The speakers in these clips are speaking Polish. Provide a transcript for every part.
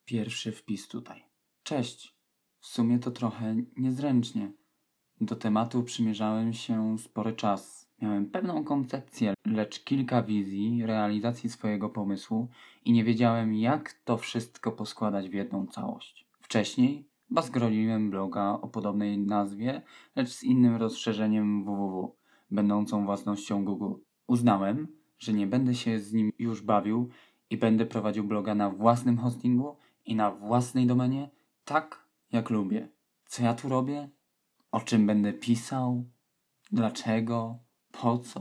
Pierwszy wpis tutaj. Cześć. W sumie to trochę niezręcznie. Do tematu przymierzałem się spory czas. Miałem pewną koncepcję, lecz kilka wizji realizacji swojego pomysłu i nie wiedziałem, jak to wszystko poskładać w jedną całość. Wcześniej bazgroliłem bloga o podobnej nazwie, lecz z innym rozszerzeniem www, będącą własnością Google. Uznałem, że nie będę się z nim już bawił i będę prowadził bloga na własnym hostingu i na własnej domenie, tak jak lubię. Co ja tu robię? O czym będę pisał? Dlaczego? Po co?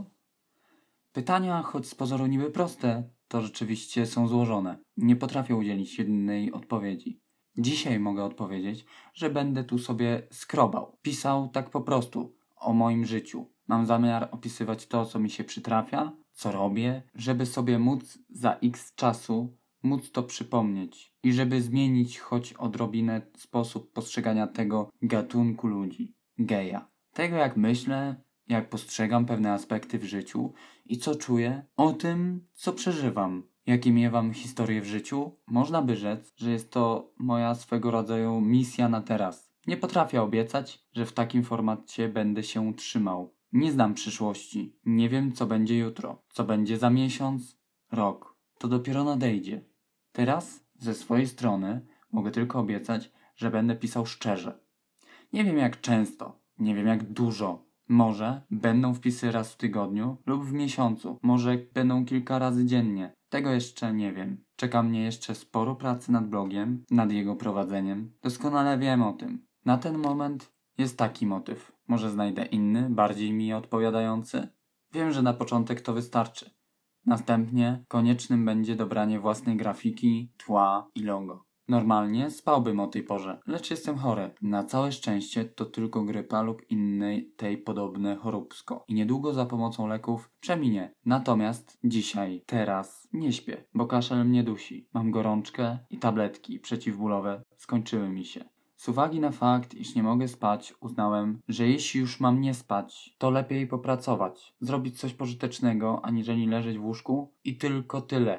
Pytania, choć z pozoru niby proste, to rzeczywiście są złożone. Nie potrafię udzielić jednej odpowiedzi. Dzisiaj mogę odpowiedzieć, że będę tu sobie skrobał. Pisał tak po prostu o moim życiu. Mam zamiar opisywać to, co mi się przytrafia, co robię, żeby sobie móc za x czasu móc to przypomnieć i żeby zmienić choć odrobinę sposób postrzegania tego gatunku ludzi, geja. Tego jak myślę, jak postrzegam pewne aspekty w życiu i co czuję, o tym, co przeżywam. Jakie miewam historię w życiu, można by rzec, że jest to moja swego rodzaju misja na teraz. Nie potrafię obiecać, że w takim formacie będę się trzymał. Nie znam przyszłości, nie wiem co będzie jutro, co będzie za miesiąc, rok. To dopiero nadejdzie. Teraz ze swojej strony mogę tylko obiecać, że będę pisał szczerze. Nie wiem jak często, nie wiem jak dużo. Może będą wpisy raz w tygodniu lub w miesiącu. Może będą kilka razy dziennie. Tego jeszcze nie wiem. Czeka mnie jeszcze sporo pracy nad blogiem, nad jego prowadzeniem. Doskonale wiem o tym. Na ten moment jest taki motyw. Może znajdę inny, bardziej mi odpowiadający? Wiem, że na początek to wystarczy. Następnie koniecznym będzie dobranie własnej grafiki, tła i logo. Normalnie spałbym o tej porze, lecz jestem chory. Na całe szczęście to tylko grypa lub innej tej podobne choróbsko i niedługo za pomocą leków przeminie. Natomiast dzisiaj, teraz nie śpię, bo kaszel mnie dusi. Mam gorączkę i tabletki przeciwbólowe skończyły mi się. Z uwagi na fakt, iż nie mogę spać, uznałem, że jeśli już mam nie spać, to lepiej popracować, zrobić coś pożytecznego, aniżeli leżeć w łóżku i tylko tyle.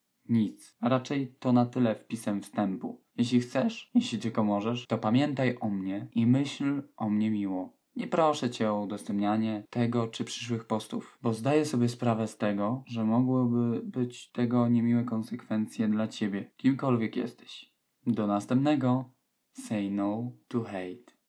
Nic. A raczej to na tyle wpisem wstępu. Jeśli chcesz, jeśli tylko możesz, to pamiętaj o mnie i myśl o mnie miło. Nie proszę cię o udostępnianie tego czy przyszłych postów, bo zdaję sobie sprawę z tego, że mogłyby być tego niemiłe konsekwencje dla ciebie, kimkolwiek jesteś. Do następnego. Say no to hate.